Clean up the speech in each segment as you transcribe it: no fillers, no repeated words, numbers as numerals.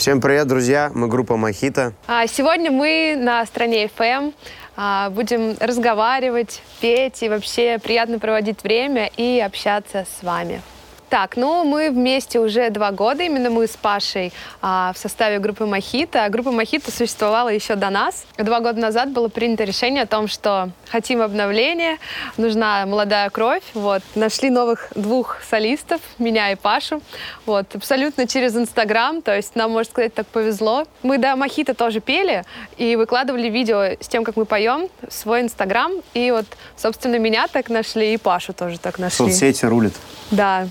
Всем привет, друзья! Мы группа Мохито. Сегодня мы на Стране FM. Будем разговаривать, петь и вообще приятно проводить время и общаться с вами. Так, мы вместе уже 2 года, именно мы с Пашей в составе группы Мохито. Группа Мохито существовала еще до нас. 2 года назад было принято решение о том, что хотим обновления, нужна молодая кровь. Нашли новых 2 солистов, меня и Пашу. Абсолютно через Инстаграм, то есть нам, можно сказать, так повезло. Мы до Мохито тоже пели и выкладывали видео с тем, как мы поем, в свой Инстаграм. И собственно, меня так нашли, и Пашу тоже так нашли. Соцсети рулят. Да.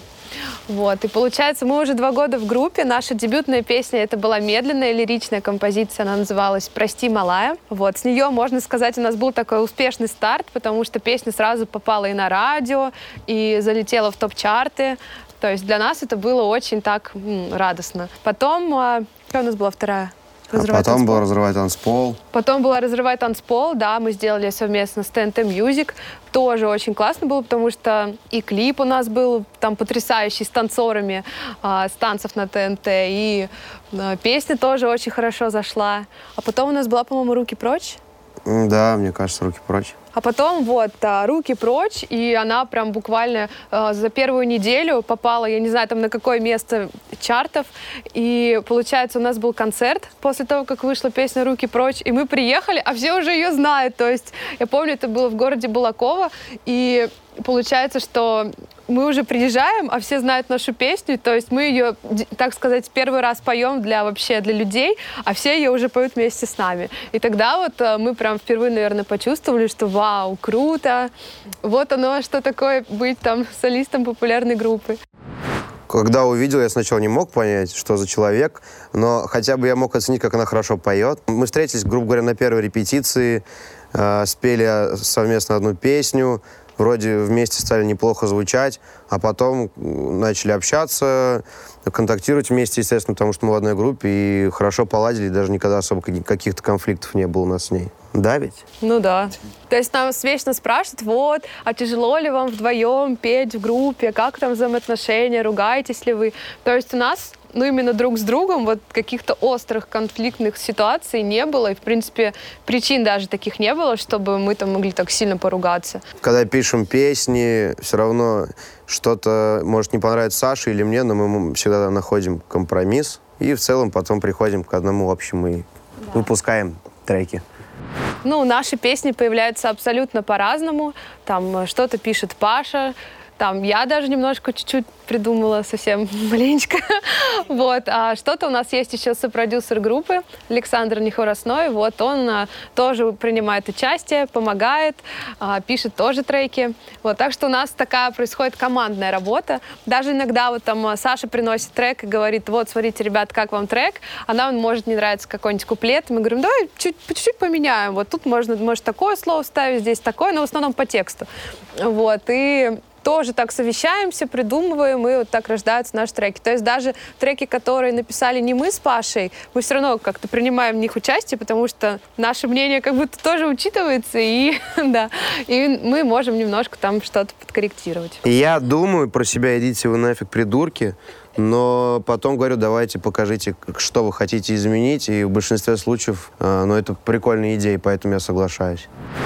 И получается, мы уже 2 года в группе. Наша дебютная песня, это была медленная лиричная композиция, она называлась «Прости, малая». С нее, можно сказать, у нас был такой успешный старт, потому что песня сразу попала и на радио, и залетела в топ-чарты. То есть для нас это было очень так радостно. Потом, какая у нас была вторая? Потом был «Разрывай танцпол». Потом была «Разрывай танцпол», да, мы сделали совместно с ТНТ Music. Тоже очень классно было, потому что и клип у нас был там потрясающий, с танцорами, с танцев на ТНТ, и песня тоже очень хорошо зашла. А потом у нас была, по-моему, «Руки прочь». Да, мне кажется, «Руки прочь». А потом «Руки прочь», и она прям буквально за первую неделю попала, я не знаю, там на какое место чартов. И получается, у нас был концерт после того, как вышла песня «Руки прочь», и мы приехали, а все уже ее знают. То есть я помню, это было в городе Балаково, и получается, что мы уже приезжаем, а все знают нашу песню, то есть мы ее, так сказать, первый раз поем для людей, а все ее уже поют вместе с нами. И тогда мы прям впервые, наверное, почувствовали, что вау, круто, оно, что такое быть там солистом популярной группы. Когда увидел, я сначала не мог понять, что за человек, но хотя бы я мог оценить, как она хорошо поет. Мы встретились, грубо говоря, на первой репетиции, спели совместно одну песню, вроде вместе стали неплохо звучать, а потом начали общаться, контактировать вместе, естественно, потому что мы в одной группе и хорошо поладили, даже никогда особо каких-то конфликтов не было у нас с ней. Да ведь? Ну да. То есть нас вечно спрашивают, а тяжело ли вам вдвоем петь в группе, как там взаимоотношения, ругаетесь ли вы? То есть у нас именно друг с другом каких-то острых конфликтных ситуаций не было. И, в принципе, причин даже таких не было, чтобы мы там могли так сильно поругаться. Когда пишем песни, все равно что-то может не понравиться Саше или мне, но мы всегда находим компромисс. И в целом потом приходим к одному общему и выпускаем треки. Наши песни появляются абсолютно по-разному. Там что-то пишет Паша, там я даже немножко чуть-чуть придумала, совсем маленечко. А что-то у нас есть еще сопродюсер группы Александр Нехворостной. Он тоже принимает участие, помогает, пишет тоже треки. Так что у нас такая происходит командная работа. Даже иногда Саша приносит трек и говорит, смотрите, ребят, как вам трек? А нам может не нравится какой-нибудь куплет. Мы говорим, давай чуть-чуть поменяем. Тут может такое слово вставить, здесь такое, но в основном по тексту. И тоже так совещаемся, придумываем, и так рождаются наши треки. То есть даже треки, которые написали не мы с Пашей, мы все равно как-то принимаем в них участие, потому что наше мнение как будто тоже учитывается, и мы можем немножко там что-то подкорректировать. Я думаю про себя, идите вы нафиг, придурки, но потом говорю, давайте покажите, что вы хотите изменить, и в большинстве случаев, это прикольная идея, поэтому я соглашаюсь.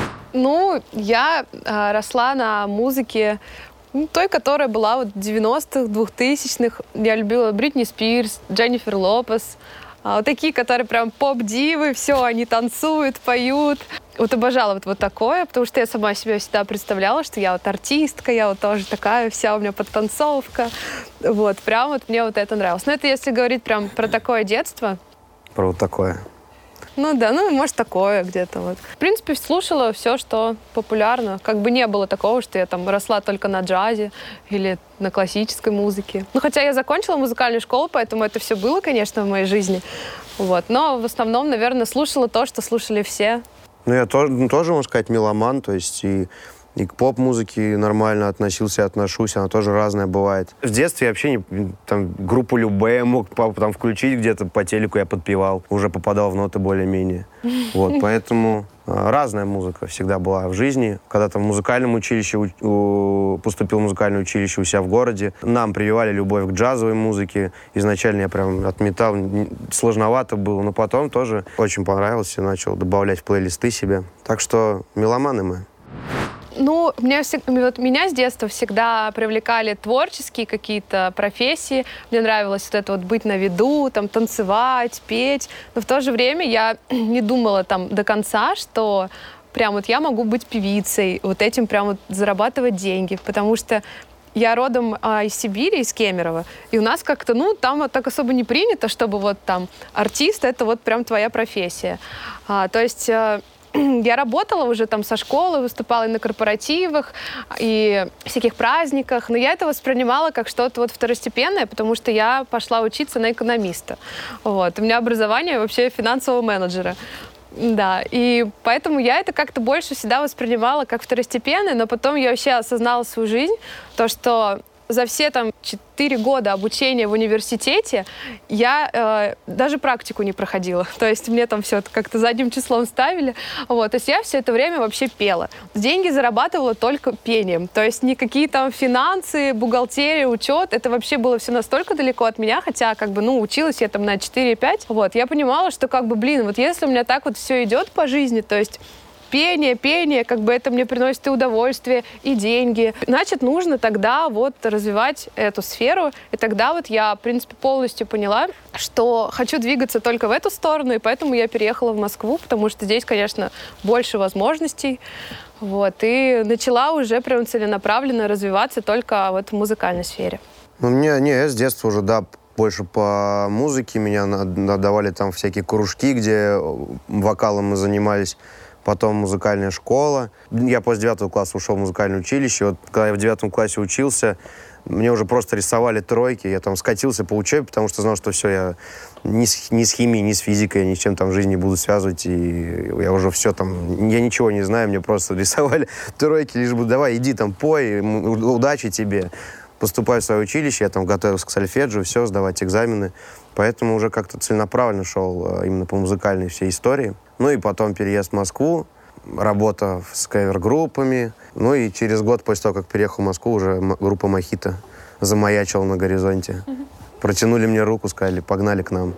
Я росла на музыке той, которая была в 90-х, 2000-х. Я любила Бритни Спирс, Дженнифер Лопес. Такие, которые прям поп-дивы, все, они танцуют, поют. Обожала такое, потому что я сама себе всегда представляла, что я артистка, я тоже такая вся, у меня подтанцовка. Прям мне это нравилось. Но это если говорить прям про такое детство. Про такое. Может, такое где-то. В принципе, слушала все, что популярно. Не было такого, что я там росла только на джазе или на классической музыке. Хотя я закончила музыкальную школу, поэтому это все было, конечно, в моей жизни. Но в основном, наверное, слушала то, что слушали все. Я тоже, можно сказать, меломан, то есть и И к поп-музыке нормально относился и отношусь, она тоже разная бывает. В детстве я вообще там, группу Любэ мог там включить где-то по телеку, я подпевал, уже попадал в ноты более-менее. Вот, поэтому разная музыка всегда была в жизни. Когда-то в музыкальном училище, поступил в музыкальное училище у себя в городе, нам прививали любовь к джазовой музыке. Изначально я прям отметал, сложновато было, но потом тоже очень понравилось и начал добавлять в плейлисты себе. Так что меломаны мы. Ну, меня с детства всегда привлекали творческие какие-то профессии. Мне нравилось вот это вот быть на виду, там, танцевать, петь. Но в то же время я не думала там до конца, что прям вот я могу быть певицей, вот этим прям вот зарабатывать деньги. Потому что я родом из Сибири, из Кемерово, и у нас как-то, там вот так особо не принято, чтобы вот там артист — это вот прям твоя профессия. То есть я работала уже там со школы, выступала и на корпоративах, и всяких праздниках, но я это воспринимала как что-то вот второстепенное, потому что я пошла учиться на экономиста. Вот. У меня образование вообще финансового менеджера. Да, и поэтому я это как-то больше всегда воспринимала как второстепенное, но потом я вообще осознала свою жизнь, то, что за все там 4 года обучения в университете я даже практику не проходила. То есть мне там все как-то задним числом ставили. Вот. То есть я все это время вообще пела. Деньги зарабатывала только пением. То есть никакие там финансы, бухгалтерия, учет, это вообще было все настолько далеко от меня, хотя училась я там на 4-5. Вот. Я понимала, что вот если у меня так вот все идет по жизни, то есть пение, это мне приносит и удовольствие, и деньги. Значит, нужно тогда вот развивать эту сферу. И тогда вот я, в принципе, полностью поняла, что хочу двигаться только в эту сторону, и поэтому я переехала в Москву, потому что здесь, конечно, больше возможностей. Вот. И начала уже прям целенаправленно развиваться только вот в музыкальной сфере. Я с детства уже, больше по музыке. Меня отдавали там всякие кружки, где вокалом мы занимались. Потом музыкальная школа. Я после 9 класса ушел в музыкальное училище. Вот когда я в 9 классе учился, мне уже просто рисовали тройки. Я там скатился по учебе, потому что знал, что все, я ни с химией, ни с физикой, ни с чем там в жизни не буду связывать. И я уже все там, я ничего не знаю, мне просто рисовали тройки, лишь бы давай, иди там, пой, удачи тебе. Поступаю в свое училище, я там готовился к сольфеджио, все, сдавать экзамены. Поэтому уже как-то целенаправленно шел именно по музыкальной всей истории. Ну и потом переезд в Москву, работа с кавер-группами. Ну и через год после того, как переехал в Москву, уже группа «Мохито» замаячила на горизонте. Протянули мне руку, сказали, погнали к нам.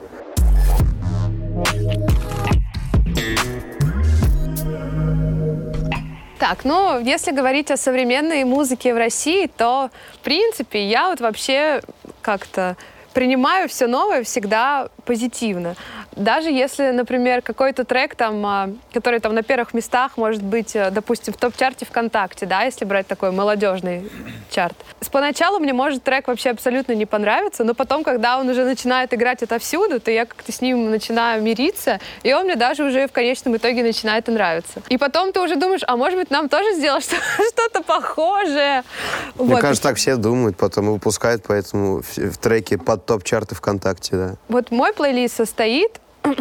Так, если говорить о современной музыке в России, то, в принципе, я вот вообще как-то принимаю все новое всегда позитивно. Даже если, например, какой-то трек, который там на первых местах может быть, допустим, в топ-чарте ВКонтакте, да, если брать такой молодежный чарт. Поначалу мне может трек вообще абсолютно не понравиться, но потом, когда он уже начинает играть отовсюду, то я как-то с ним начинаю мириться, и он мне даже уже в конечном итоге начинает нравиться. И потом ты уже думаешь, а может быть, нам тоже сделать что-то похожее? Мне кажется, так все думают, потом и выпускают, поэтому в треке под топ-чарты ВКонтакте, да. Вот мой плейлист состоит,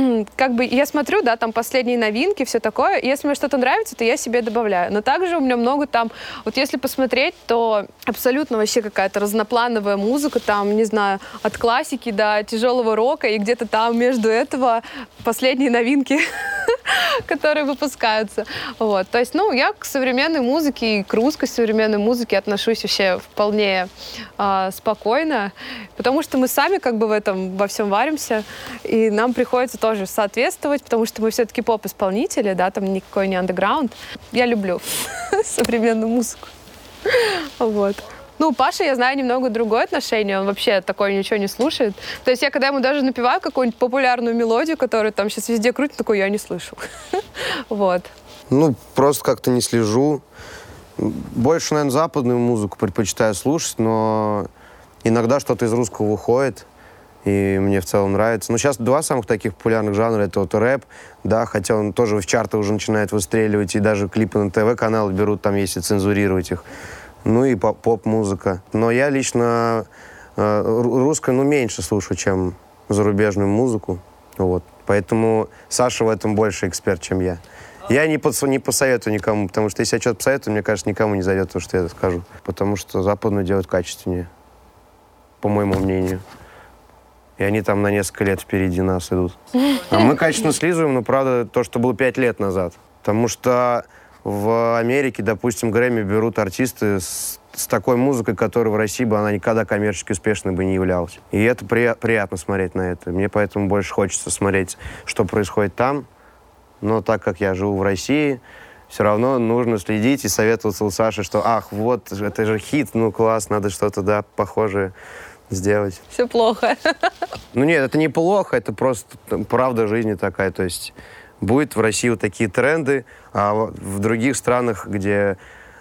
я смотрю, да, там последние новинки, все такое. Если мне что-то нравится, то я себе добавляю. Но также у меня много там, вот если посмотреть, то абсолютно вообще какая-то разноплановая музыка, там, не знаю, от классики до тяжелого рока, и где-то там между этого последние новинки, которые выпускаются. Вот. То есть, я к современной музыке и к русской современной музыке отношусь вообще вполне спокойно, потому что мы сами в этом во всем варимся, и нам приходится тоже соответствовать, потому что мы все-таки поп-исполнители, да, там никакой не андеграунд. Я люблю современную музыку. Вот. Паша, я знаю, немного другое отношение, он вообще такое ничего не слушает. То есть я, когда ему даже напеваю какую-нибудь популярную мелодию, которую там сейчас везде крутят, такой я не слышу. Вот. Просто как-то не слежу. Больше, наверное, западную музыку предпочитаю слушать, но иногда что-то из русского выходит, и мне в целом нравится. Сейчас 2 самых таких популярных жанра — это вот рэп, да, хотя он тоже в чарты уже начинает выстреливать, и даже клипы на ТВ-каналы берут, там, если цензурировать их. И поп-музыка. Но я лично русскую, меньше слушаю, чем зарубежную музыку. Вот. Поэтому Саша в этом больше эксперт, чем я. Я не посоветую никому, потому что если я что-то посоветую, мне кажется, никому не зайдет то, что я скажу. Потому что западную делают качественнее, по моему мнению. И они там на несколько лет впереди нас идут. А мы качественно слизываем, но, правда, то, что было 5 лет назад. Потому что в Америке, допустим, Грэмми берут артисты с такой музыкой, которая в России бы она никогда коммерчески успешной бы не являлась. И это приятно смотреть на это. Мне поэтому больше хочется смотреть, что происходит там. Но так как я живу в России, все равно нужно следить и советоваться у Саши, что ах, вот, это же хит, ну класс, надо что-то, да, похожее сделать. Все плохо. Ну нет, это не плохо, это просто правда жизни такая. То есть будет в России вот такие тренды, а в других странах, где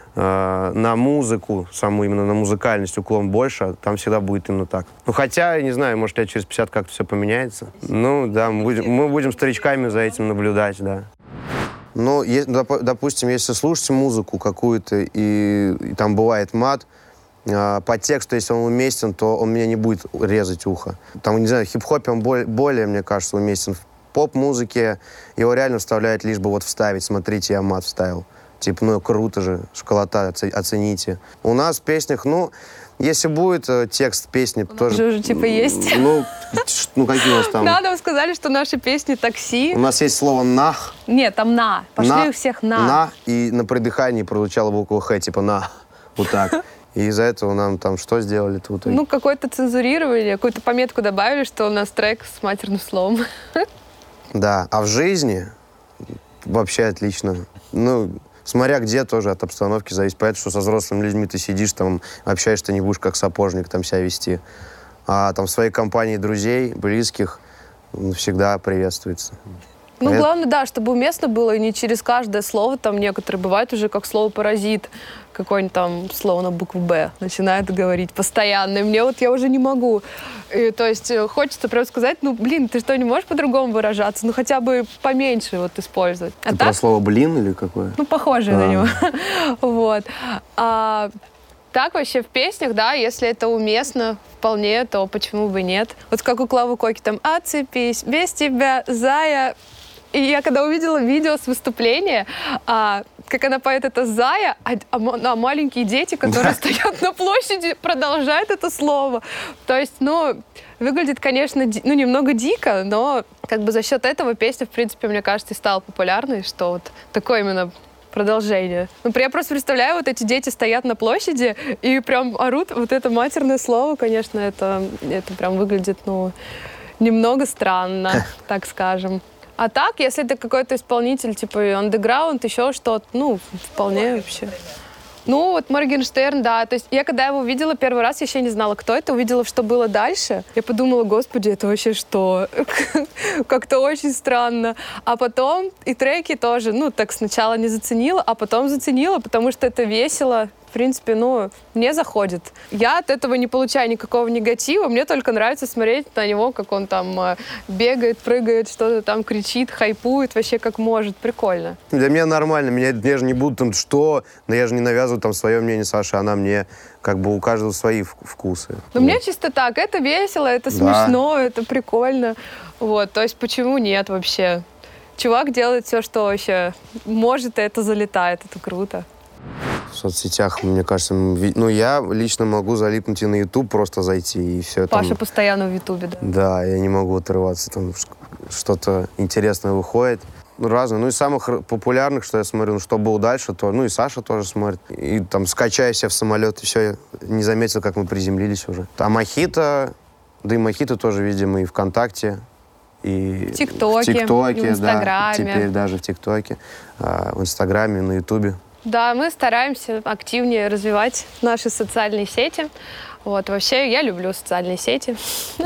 на музыку, саму именно на музыкальность уклон больше, там всегда будет именно так. Ну хотя, я не знаю, может лет через 50 как-то все поменяется. Ну да, мы будем старичками за этим наблюдать, да. Ну, допустим, если слушать музыку какую-то, и там бывает мат, по тексту, если он уместен, то он меня не будет резать ухо. Там, не знаю, в хип-хопе он более, мне кажется, уместен. В поп-музыке его реально вставляют, лишь бы вот вставить. Смотрите, я мат вставил. Типа, ну, круто же, шоколада, оцените. У нас в песнях, ну, если будет текст песни, тоже... Уже типа есть. Ну, какие у нас там? Да, нам сказали, что наши песни такси. У нас есть слово «нах». Нет, там «на». Пошли у всех «на». «На», и на придыхании прозвучала буква «х», типа «на». Вот так. И из-за этого нам там что сделали тут? Ну, какой-то цензурировали, какую-то пометку добавили, что у нас трек с матерным словом. Да, а в жизни вообще отлично. Ну, смотря где, тоже от обстановки зависит. Понятно, что со взрослыми людьми ты сидишь, там, общаешься, не будешь как сапожник там себя вести. А там в своей компании друзей, близких всегда приветствуется. Ну, главное, да, чтобы уместно было, и не через каждое слово, там некоторые бывают уже как слово «паразит», какое-нибудь там слово на букву «Б» начинают говорить постоянно, и мне вот я уже не могу. И, то есть хочется прям сказать, ну, блин, ты что, не можешь по-другому выражаться? Ну, хотя бы поменьше вот использовать. Ты про слово «блин» или какое? Ну, похожее на него. Вот. Так вообще в песнях, да, если это уместно вполне, то почему бы нет? Вот как у Клавы Коки там «Отцепись, без тебя, зая». И я когда увидела видео с выступления, как она поет это «зая», а маленькие дети, которые стоят на площади, продолжают это слово. То есть, ну, выглядит, конечно, немного дико, но как бы за счет этого песня, в принципе, мне кажется, и стала популярной, что вот такое именно продолжение. Ну, я просто представляю, вот эти дети стоят на площади и прям орут вот это матерное слово, конечно, это прям выглядит, ну, немного странно, так скажем. А так, если ты какой-то исполнитель, типа андеграунд, еще что-то, ну, вполне вообще. Ну, вот Моргенштерн, да. То есть я когда его увидела первый раз, я еще не знала, кто это, увидела, что было дальше. Я подумала, господи, это вообще что? Как-то очень странно. А потом и треки тоже, ну, так сначала не заценила, а потом заценила, потому что это весело. В принципе, ну, мне заходит. Я от этого не получаю никакого негатива, мне только нравится смотреть на него, как он там бегает, прыгает, что-то там кричит, хайпует, вообще как может. Прикольно. Для меня нормально, я же не буду там что, но я же не навязываю там свое мнение Саши, она мне, как бы у каждого свои вкусы. Ну, мне чисто так, это весело, это смешно, это прикольно. Вот, то есть почему нет вообще? Чувак делает все, что вообще может, и это залетает, это круто. В соцсетях, мне кажется, ну, я лично могу залипнуть и на YouTube, просто зайти, и все. Паша там... постоянно в Ютубе, да? Да, я не могу отрываться, там что-то интересное выходит. Ну, разное. Ну, из самых популярных, что я смотрю, ну, что было дальше, то, ну, и Саша тоже смотрит. И там, скачаю себя в самолет, и все, я не заметил, как мы приземлились уже. А Мохито, да и Мохито тоже, видимо, и ВКонтакте, и в ТикТоке, и в Инстаграме. Да, теперь даже в ТикТоке, в Инстаграме, на Ютубе. Да, мы стараемся активнее развивать наши социальные сети. Вот, вообще, я люблю социальные сети.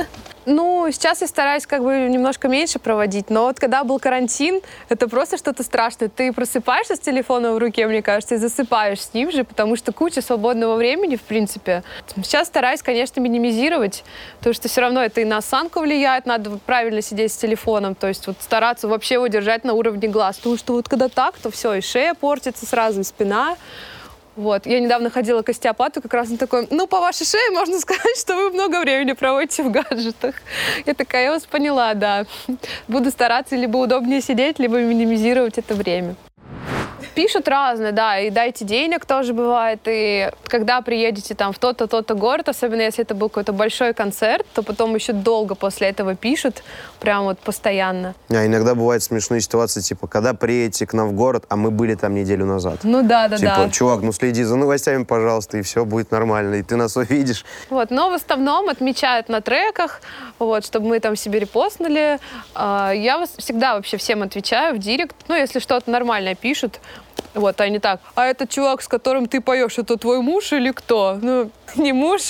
Ну, сейчас я стараюсь как бы немножко меньше проводить, но вот когда был карантин, это просто что-то страшное. Ты просыпаешься с телефоном в руке, мне кажется, и засыпаешь с ним же, потому что куча свободного времени, в принципе. Сейчас стараюсь, конечно, минимизировать, потому что все равно это и на осанку влияет, надо правильно сидеть с телефоном, то есть вот стараться вообще его держать на уровне глаз, потому что вот когда так, то все, и шея портится сразу, и спина. Вот. Я недавно ходила к остеопату, как раз он такой, ну, по вашей шее можно сказать, что вы много времени проводите в гаджетах. Я такая, я вас поняла, да. Буду стараться либо удобнее сидеть, либо минимизировать это время. Пишут разные, да, и дайте денег тоже бывает, и когда приедете там в тот-то, тот-то город, особенно если это был какой-то большой концерт, то потом еще долго после этого пишут, прям вот постоянно. А иногда бывают смешные ситуации, типа, когда приедете к нам в город, а мы были там неделю назад. Ну да. Типа, чувак, ну следи за новостями, пожалуйста, и все будет нормально, и ты нас увидишь. Вот, но в основном отмечают на треках, вот, чтобы мы там себе репостнули. Я всегда вообще всем отвечаю в директ, ну, если что-то нормальное пишут, вот, а не так. А этот чувак, с которым ты поешь, это твой муж или кто? Ну, не муж,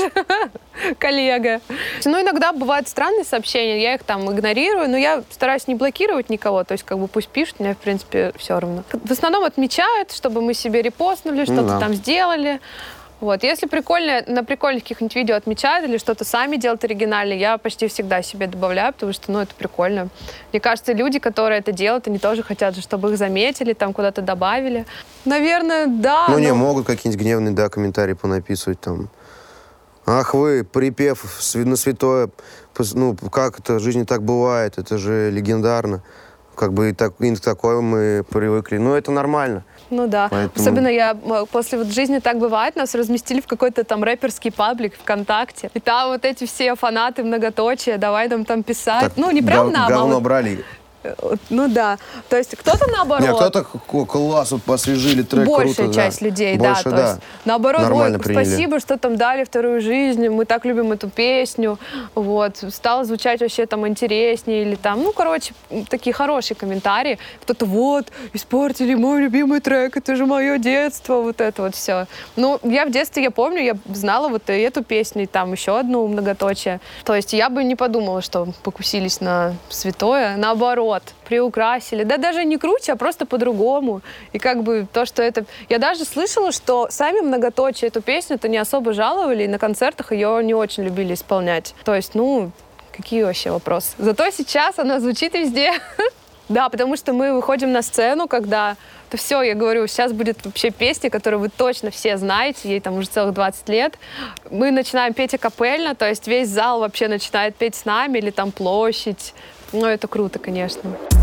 коллега. Ну, иногда бывают странные сообщения, я их там игнорирую, но я стараюсь не блокировать никого, то есть как бы пусть пишут, мне, в принципе, все равно. В основном отмечают, чтобы мы себе репостнули, что-то там сделали. Вот. Если на прикольных каких-нибудь видео отмечают или что-то сами делают оригинальное, я почти всегда себе добавляю, потому что, ну, это прикольно. Мне кажется, люди, которые это делают, они тоже хотят, чтобы их заметили, там куда-то добавили. Наверное, да. Ну, не, могут какие-нибудь гневные, да, комментарии понаписывать там. Ах вы, припев на святое, ну, как это, в жизни так бывает, это же легендарно. Как бы и к такому мы привыкли. Ну, это нормально. Ну да. Поэтому... Особенно я после вот жизни так бывает, нас разместили в какой-то там рэперский паблик ВКонтакте. И там вот эти все фанаты многоточия, давай нам там писать. Так, ну, не прям нам, говно брали. Ну да. То есть кто-то наоборот... Нет, кто-то класс, вот посвежили трек, большая круто, часть людей, да. То есть, наоборот, спасибо, что там дали вторую жизнь, мы так любим эту песню, вот, стало звучать вообще там интереснее, или там, ну, короче, такие хорошие комментарии. Кто-то, вот, испортили мой любимый трек, это же мое детство, вот это вот все. Ну, я в детстве, я помню, я знала вот и эту песню, и там еще одну многоточие. То есть я бы не подумала, что покусились на святое, наоборот, приукрасили. Да даже не круче, а просто по-другому. И как бы то, что это... Я даже слышала, что сами многоточие эту песню-то не особо жаловали, и на концертах ее не очень любили исполнять. То есть, ну, какие вообще вопросы? Зато сейчас она звучит везде. Да, потому что мы выходим на сцену, когда... То все, я говорю, сейчас будет вообще песня, которую вы точно все знаете, ей там уже целых 20 лет. Мы начинаем петь акапельно, то есть весь зал вообще начинает петь с нами, или там площадь. Ну, это круто, конечно.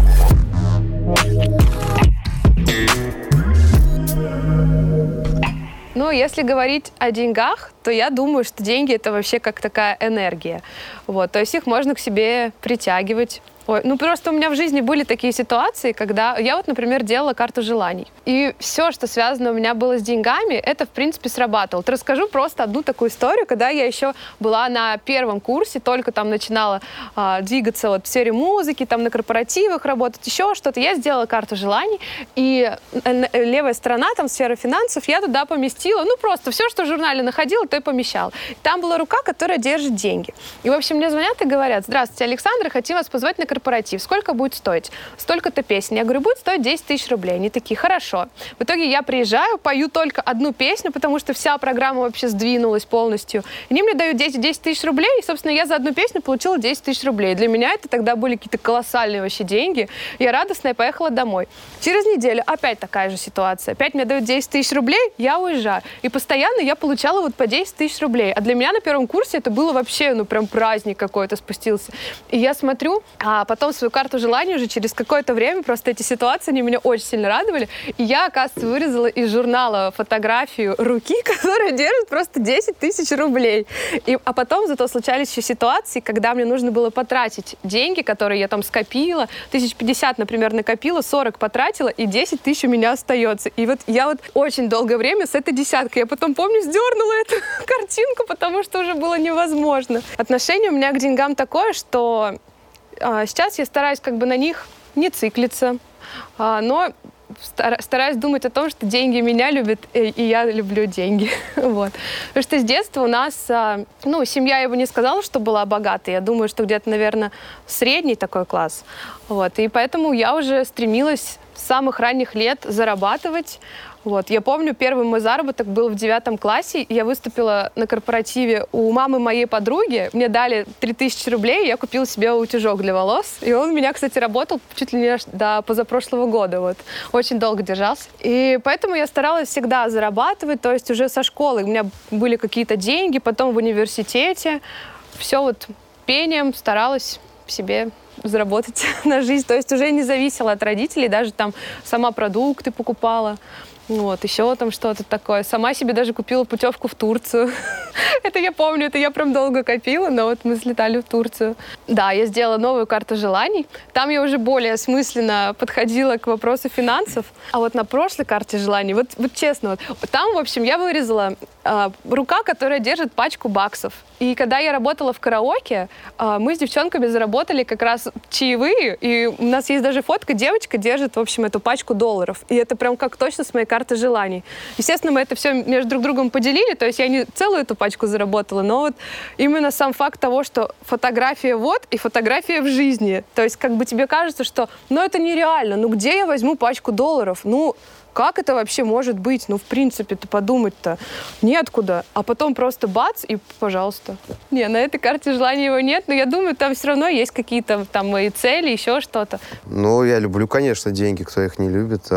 Ну, если говорить о деньгах, то я думаю, что деньги — это вообще как такая энергия. Вот, то есть их можно к себе притягивать. Ой, ну просто у меня в жизни были такие ситуации, когда я вот, например, делала карту желаний. И все, что связано у меня было с деньгами, это, в принципе, срабатывало. Вот расскажу просто одну такую историю, когда я еще была на первом курсе, только там начинала двигаться вот в сфере музыки, там на корпоративах работать, еще что-то. Я сделала карту желаний, и левая сторона, там сфера финансов, я туда поместила, ну просто все, что в журнале находила, то и помещала. Там была рука, которая держит деньги. И, в общем, мне звонят и говорят: здравствуйте, Александра, хотим вас позвать на корпоратив. Сколько будет стоить? Столько-то песен. Я говорю, будет стоить 10 тысяч рублей. Они такие, хорошо. В итоге я приезжаю, пою только одну песню, потому что вся программа вообще сдвинулась полностью. Они мне дают 10 тысяч рублей, и, собственно, я за одну песню получила 10 тысяч рублей. Для меня это тогда были какие-то колоссальные вообще деньги. Я радостная поехала домой. Через неделю опять такая же ситуация. Опять мне дают 10 тысяч рублей, я уезжаю. И постоянно я получала вот по 10 тысяч рублей. А для меня на первом курсе это было вообще, ну, прям праздник какой-то спустился. И я смотрю, а потом свою карту желаний уже через какое-то время, просто эти ситуации, они меня очень сильно радовали. И я, оказывается, вырезала из журнала фотографию руки, которая держит просто 10 тысяч рублей. А потом зато случались еще ситуации, когда мне нужно было потратить деньги, которые я там скопила, 1050, например, накопила, 40 потратила, и 10 тысяч у меня остается. И вот я вот очень долгое время с этой десяткой, я потом, помню, сдернула эту картинку, потому что уже было невозможно. Отношение у меня к деньгам такое, что сейчас я стараюсь как бы на них не циклиться, но стараюсь думать о том, что деньги меня любят, и я люблю деньги. Вот. Потому что с детства у нас, ну, семья, я бы не сказала, что была богатой. Я думаю, что где-то, наверное, средний такой класс. Вот. И поэтому я уже стремилась с самых ранних лет зарабатывать. Вот. Я помню, первый мой заработок был в 9 классе. Я выступила на корпоративе у мамы моей подруги. Мне дали 3000 рублей, и я купила себе утюжок для волос. И он у меня, кстати, работал чуть ли не до позапрошлого года. Вот. Очень долго держался. И поэтому я старалась всегда зарабатывать. То есть уже со школы у меня были какие-то деньги, потом в университете. Все вот пением старалась себе заработать на жизнь. То есть уже не зависела от родителей, даже там сама продукты покупала. Вот, еще там что-то такое. Сама себе даже купила путевку в Турцию. Это я помню, это я прям долго копила, но вот мы слетали в Турцию. Да, я сделала новую карту желаний. Там я уже более осмысленно подходила к вопросу финансов. А вот на прошлой карте желаний, вот честно, вот там, в общем, я вырезала рука, которая держит пачку баксов. И когда я работала в караоке, мы с девчонками заработали как раз чаевые, и у нас есть даже фотка, девочка держит, в общем, эту пачку долларов. И это прям как точно с моей карты желаний. Естественно, мы это все между друг другом поделили, то есть я не целую эту пачку заработала, но вот именно сам факт того, что фотография вот и фотография в жизни. То есть как бы тебе кажется, что ну это нереально, ну где я возьму пачку долларов? Ну как это вообще может быть? Ну, в принципе-то подумать-то неоткуда. А потом просто бац, и пожалуйста. Не, на этой карте желаний его нет, но я думаю, там все равно есть какие-то там и цели, еще что-то. Ну, я люблю, конечно, деньги, кто их не любит.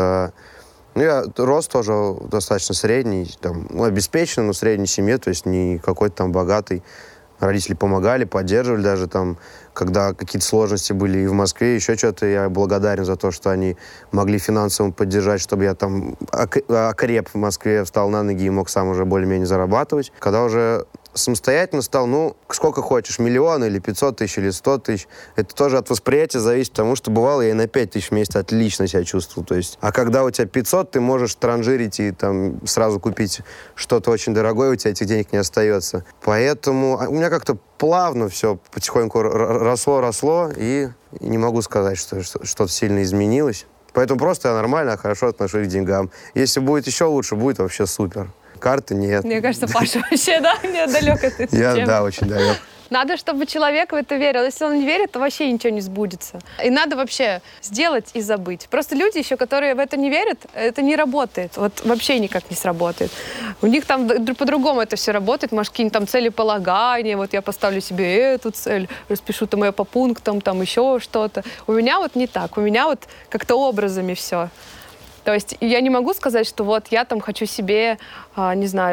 Ну, я рос тоже достаточно средний, там, ну, обеспеченный, но в средней семье, то есть не какой-то там богатый. Родители помогали, поддерживали даже там, когда какие-то сложности были и в Москве, еще что-то. Я благодарен за то, что они могли финансово поддержать, чтобы я там окреп в Москве, встал на ноги и мог сам уже более-менее зарабатывать. Когда уже самостоятельно стал, ну, сколько хочешь, 1 миллион или 500 тысяч или 100 тысяч. Это тоже от восприятия зависит, потому что бывало, я и на 5 тысяч в месяц отлично себя чувствовал. То есть, а когда у тебя 500, ты можешь транжирить и там сразу купить что-то очень дорогое, у тебя этих денег не остается. Поэтому у меня как-то плавно все потихоньку росло, и не могу сказать, что что-то сильно изменилось. Поэтому просто я нормально, хорошо отношусь к деньгам. Если будет еще лучше, будет вообще супер. Карты нет. Мне кажется, Паша вообще, да, недалек от этой темы. Да, очень далек. Надо, чтобы человек в это верил. Если он не верит, то вообще ничего не сбудется. И надо вообще сделать и забыть. Просто люди еще, которые в это не верят, это не работает. Вот вообще никак не сработает. У них там по-другому это все работает. Может, какие-нибудь там целеполагания. Вот я поставлю себе эту цель, распишу там ее по пунктам, там еще что-то. У меня вот не так. У меня вот как-то образами все. То есть я не могу сказать, что вот я там хочу себе, не знаю,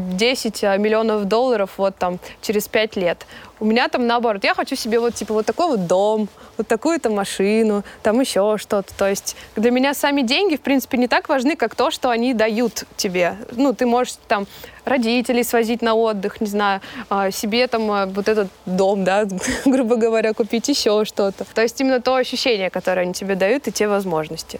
10 миллионов долларов вот там через 5 лет. У меня там наоборот, я хочу себе вот типа вот такой вот дом, вот такую-то машину, там еще что-то. То есть для меня сами деньги, в принципе, не так важны, как то, что они дают тебе. Ну, ты можешь там родителей свозить на отдых, не знаю, себе там вот этот дом, да, грубо говоря, купить еще что-то. То есть именно то ощущение, которое они тебе дают, и те возможности.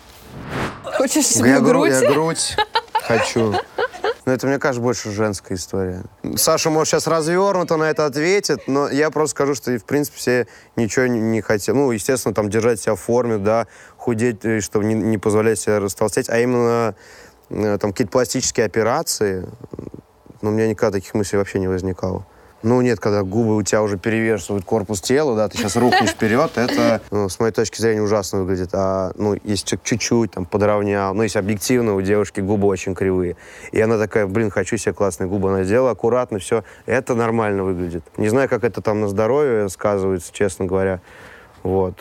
Хочешь себе грудь? Я грудь хочу. Но это, мне кажется, больше женская история. Саша, может, сейчас развернуто на это ответит, но я просто скажу, что, в принципе, все ничего не хотят. Ну, естественно, там держать себя в форме, да, худеть, чтобы не позволять себе растолстеть, а именно там какие-то пластические операции. Но у меня никогда таких мыслей вообще не возникало. Ну, нет, когда губы у тебя уже перевешивают корпус тела, да, ты сейчас рухнешь вперед, это, ну, с моей точки зрения, ужасно выглядит. А, ну, если чуть-чуть там подровнял, ну, если объективно, у девушки губы очень кривые. И она такая, блин, хочу себе классные губы. Она сделала аккуратно, все, это нормально выглядит. Не знаю, как это там на здоровье сказывается, честно говоря. Вот.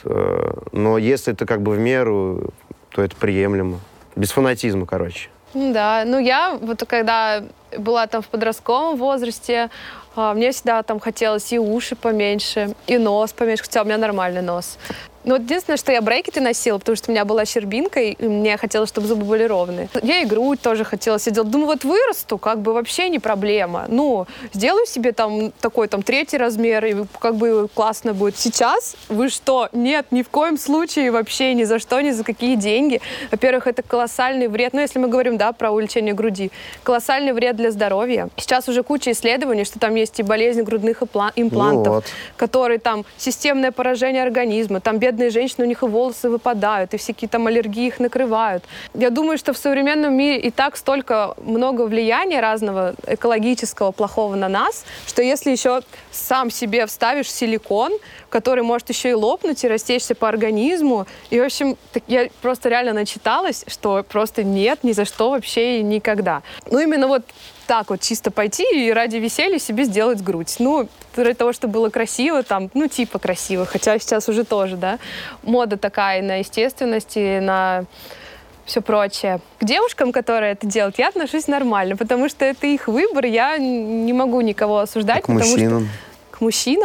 Но если это как бы в меру, то это приемлемо. Без фанатизма, короче. Да, ну я вот когда была там в подростковом возрасте, мне всегда там хотелось и уши поменьше, и нос поменьше, хотя у меня нормальный нос. Но единственное, что я брекеты носила, потому что у меня была щербинка, и мне хотелось, чтобы зубы были ровные. Я и грудь тоже хотела себе делать. Думаю, вот вырасту, как бы вообще не проблема. Ну, сделаю себе там такой там 3-й размер, и как бы классно будет. Сейчас вы что? Нет, ни в коем случае вообще, ни за что, ни за какие деньги. Во-первых, это колоссальный вред. Ну, если мы говорим, да, про увеличение груди. Колоссальный вред для здоровья. Сейчас уже куча исследований, что там есть и болезнь грудных имплантов, ну вот. Которые там системное поражение организма, там бедные женщины, у них и волосы выпадают, и всякие там аллергии их накрывают. Я думаю, что в современном мире и так столько много влияния разного экологического, плохого на нас, что если еще сам себе вставишь силикон, который может еще и лопнуть, и растечься по организму, и, в общем, я просто реально начиталась, что просто нет, ни за что вообще и никогда. Ну, именно вот так вот чисто пойти и ради веселья себе сделать грудь. Ну, ради того, чтобы было красиво, там, ну, типа красиво, хотя сейчас уже тоже, да, мода такая на естественность и на все прочее. К девушкам, которые это делают, я отношусь нормально, потому что это их выбор, я не могу никого осуждать. А к мужчинам? К мужчинам?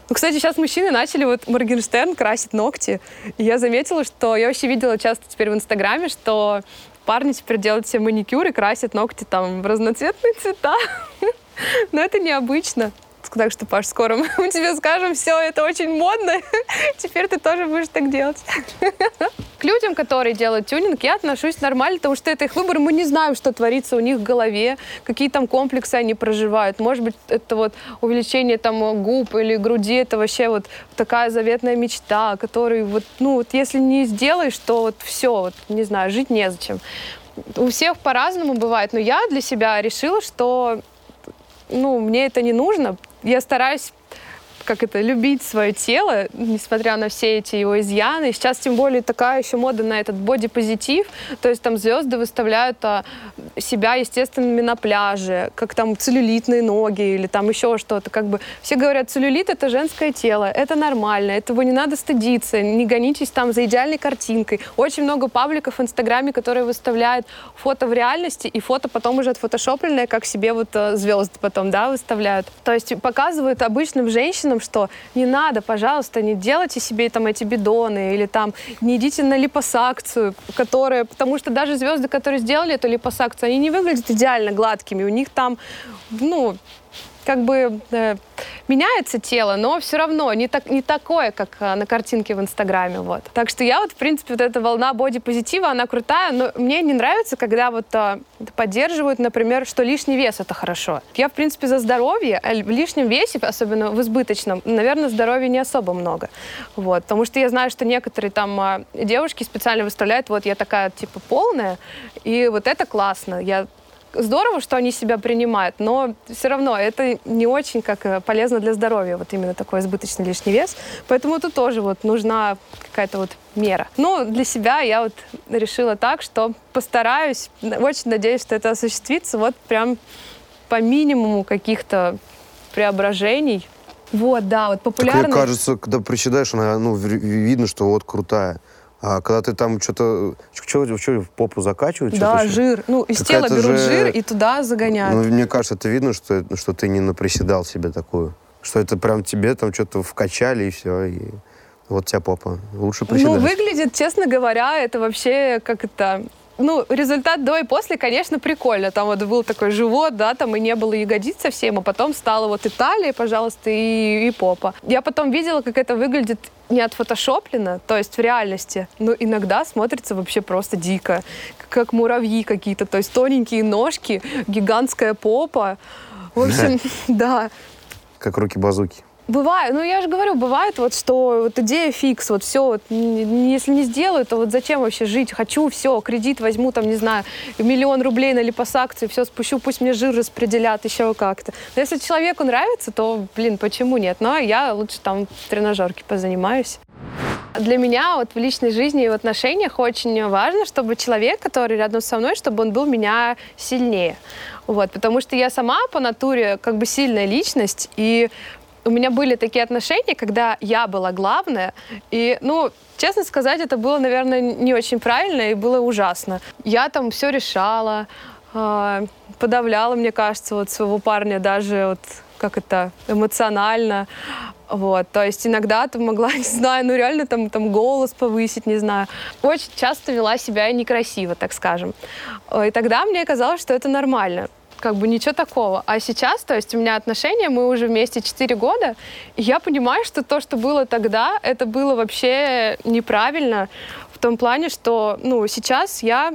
Ну, кстати, сейчас мужчины начали, вот Моргенштерн красит ногти. И я заметила, что я вообще видела часто теперь в Инстаграме, что парни теперь делают себе маникюр и красят ногти там в разноцветные цвета. Но это необычно. Так что, Паш, скоро мы тебе скажем, все, это очень модно, теперь ты тоже будешь так делать. К людям, которые делают тюнинг, я отношусь нормально, потому что это их выбор, мы не знаем, что творится у них в голове, какие там комплексы они проживают. Может быть, это вот увеличение там губ или груди, это вообще вот такая заветная мечта, которую вот, ну, вот если не сделаешь, то вот все, вот, не знаю, жить незачем. У всех по-разному бывает, но я для себя решила, что мне это не нужно. Я стараюсь любить свое тело, несмотря на все эти его изъяны. Сейчас тем более такая еще мода на этот бодипозитив. То есть там звезды выставляют себя естественными на пляже, как там целлюлитные ноги или там еще что-то. Все говорят, целлюлит — это женское тело, это нормально, этого не надо стыдиться, не гонитесь там за идеальной картинкой. Очень много пабликов в Инстаграме, которые выставляют фото в реальности и фото потом уже отфотошопленное, как себе вот звезды потом, да, выставляют. То есть показывают обычным женщинам, что не надо, пожалуйста, не делайте себе там эти бидоны или там не идите на липосакцию, потому что даже звезды, которые сделали эту липосакцию, они не выглядят идеально гладкими, у них там, меняется тело, но все равно не такое, как на картинке в Инстаграме. Вот. Так что я в принципе, вот эта волна бодипозитива, она крутая, но мне не нравится, когда поддерживают, например, что лишний вес — это хорошо. Я, в принципе, за здоровье, а в лишнем весе, особенно в избыточном, наверное, здоровья не особо много. Вот. Потому что я знаю, что некоторые там девушки специально выставляют, вот я такая, полная, и вот это классно. Здорово, что они себя принимают, но все равно это не очень полезно для здоровья, вот именно такой избыточный лишний вес. Поэтому тут тоже нужна какая-то мера. Но для себя я решила так, что постараюсь, очень надеюсь, что это осуществится, прям по минимуму каких-то преображений. Популярный... Так, мне кажется, когда приседаешь, она, видно, что крутая. А когда ты там что в попу закачивают? Да, жир. Из тела берут жир и туда загоняют. Мне кажется, это видно, что ты не наприседал себе такую. Что это прям тебе там что-то вкачали и все. И вот тебя попа. Лучше приседать. Выглядит, честно говоря, это вообще результат до и после, конечно, прикольно. Там был такой живот, да, там и не было ягодиц совсем, а потом стала и талия, пожалуйста, и попа. Я потом видела, как это выглядит не отфотошоплено, то есть в реальности, но иногда смотрится вообще просто дико, как муравьи какие-то, то есть тоненькие ножки, гигантская попа. В общем, да. Как руки-базуки. Бывает, я же говорю, бывает что идея фикс, все, если не сделаю, то зачем вообще жить? Хочу, все, кредит возьму, там, не знаю, 1 000 000 рублей на липосакцию, все спущу, пусть мне жир распределят, еще как-то. Но если человеку нравится, то, почему нет? Но я лучше там в тренажерке позанимаюсь. Для меня в личной жизни и в отношениях очень важно, чтобы человек, который рядом со мной, чтобы он был меня сильнее. Потому что я сама по натуре сильная личность, и у меня были такие отношения, когда я была главная, и, честно сказать, это было, наверное, не очень правильно и было ужасно. Я там все решала, подавляла, мне кажется, своего парня даже эмоционально. То есть иногда ты могла, не знаю, реально там голос повысить, не знаю. Очень часто вела себя некрасиво, так скажем. И тогда мне казалось, что это нормально. Ничего такого. А сейчас, то есть у меня отношения, мы уже вместе 4 года, и я понимаю, что то, что было тогда, это было вообще неправильно в том плане, что, сейчас я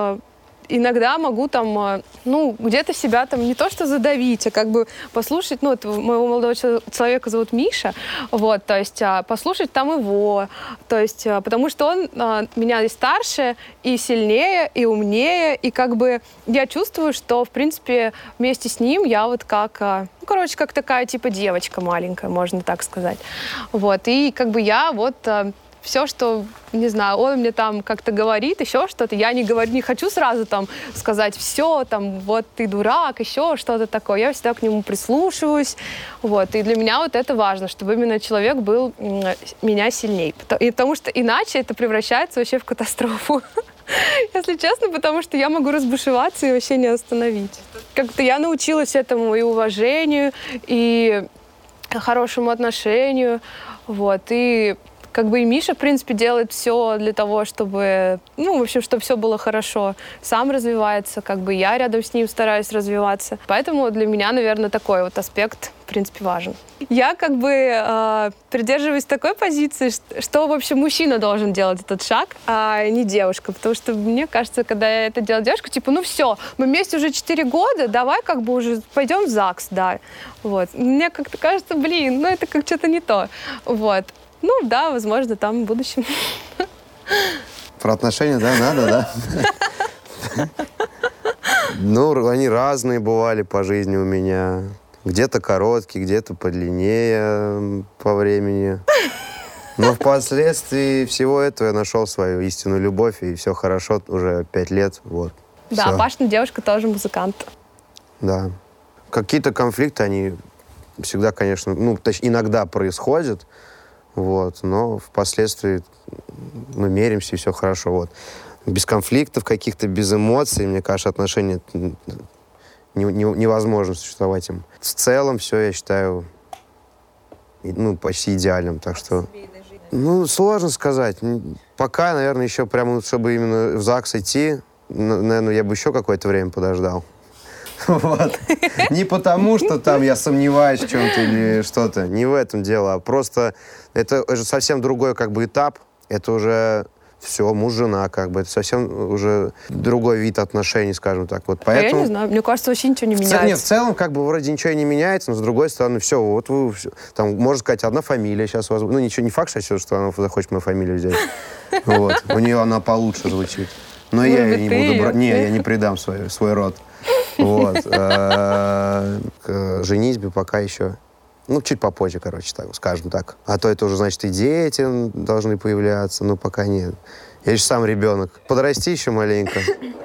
иногда могу там, где-то себя там не то что задавить, а послушать, моего молодого человека зовут Миша, то есть послушать там его, то есть потому что он меня и старше, и сильнее, и умнее, и я чувствую, что, в принципе, вместе с ним я как такая девочка маленькая, можно так сказать. И я все, что, не знаю, он мне там как-то говорит, еще что-то, я не хочу сразу там сказать все, там, ты дурак, еще что-то такое. Я всегда к нему прислушиваюсь, и для меня это важно, чтобы именно человек был меня сильнее. Потому что иначе это превращается вообще в катастрофу. Если честно, потому что я могу разбушеваться и вообще не остановить. Я научилась этому и уважению, и хорошему отношению, вот, и как бы и Миша, в принципе, делает все для того, чтобы, ну, в общем, чтобы все было хорошо. Сам развивается, как бы я рядом с ним стараюсь развиваться. Поэтому для меня, наверное, такой вот аспект, в принципе, важен. Я как бы придерживаюсь такой позиции, что, в общем, мужчина должен делать этот шаг, а не девушка. Потому что мне кажется, когда это делает девушка, типа, ну все, мы вместе уже 4 года, давай как бы уже пойдем в ЗАГС, да. Вот. Мне как-то кажется, блин, ну это как что-то не то. Вот. Ну да, возможно, там в будущем. Про отношения, да, надо, да? Ну, они разные бывали по жизни у меня. Где-то короткие, где-то подлиннее по времени. Но впоследствии всего этого я нашел свою истинную любовь, и все хорошо уже 5 лет, вот. Да, Всё. Пашина девушка тоже музыкант. Да. Какие-то конфликты, они всегда, конечно, ну, точнее, иногда происходят, вот, но впоследствии мы миримся, и все хорошо, вот. Без конфликтов каких-то, без эмоций, мне кажется, отношения невозможно существовать им. В целом все, я считаю, ну, почти идеальным, так что... Ну, сложно сказать. Пока, наверное, еще прямо, чтобы именно в ЗАГС идти, наверное, я бы еще какое-то время подождал. Вот. Не потому, что там я сомневаюсь в чем-то или что-то. Не в этом дело, а просто это же совсем другой как бы этап. Это уже все, муж-жена, как бы. Это совсем уже другой вид отношений, скажем так. Вот поэтому... Я не знаю, мне кажется, вообще ничего не меняется. Нет, в целом, как бы, вроде ничего и не меняется, но с другой стороны, все, вот вы, там, можно сказать, одна фамилия сейчас у вас, ну, ничего, не факт, что она захочет мою фамилию взять. Вот. У нее она получше звучит. Но я ее не буду брать. Не, я не предам свой род. Вот. К женитьбе пока еще... Ну, чуть попозже, короче, так, скажем так. А то это уже, значит, и дети должны появляться, но пока нет. Я еще сам ребенок. Подрасти еще маленько.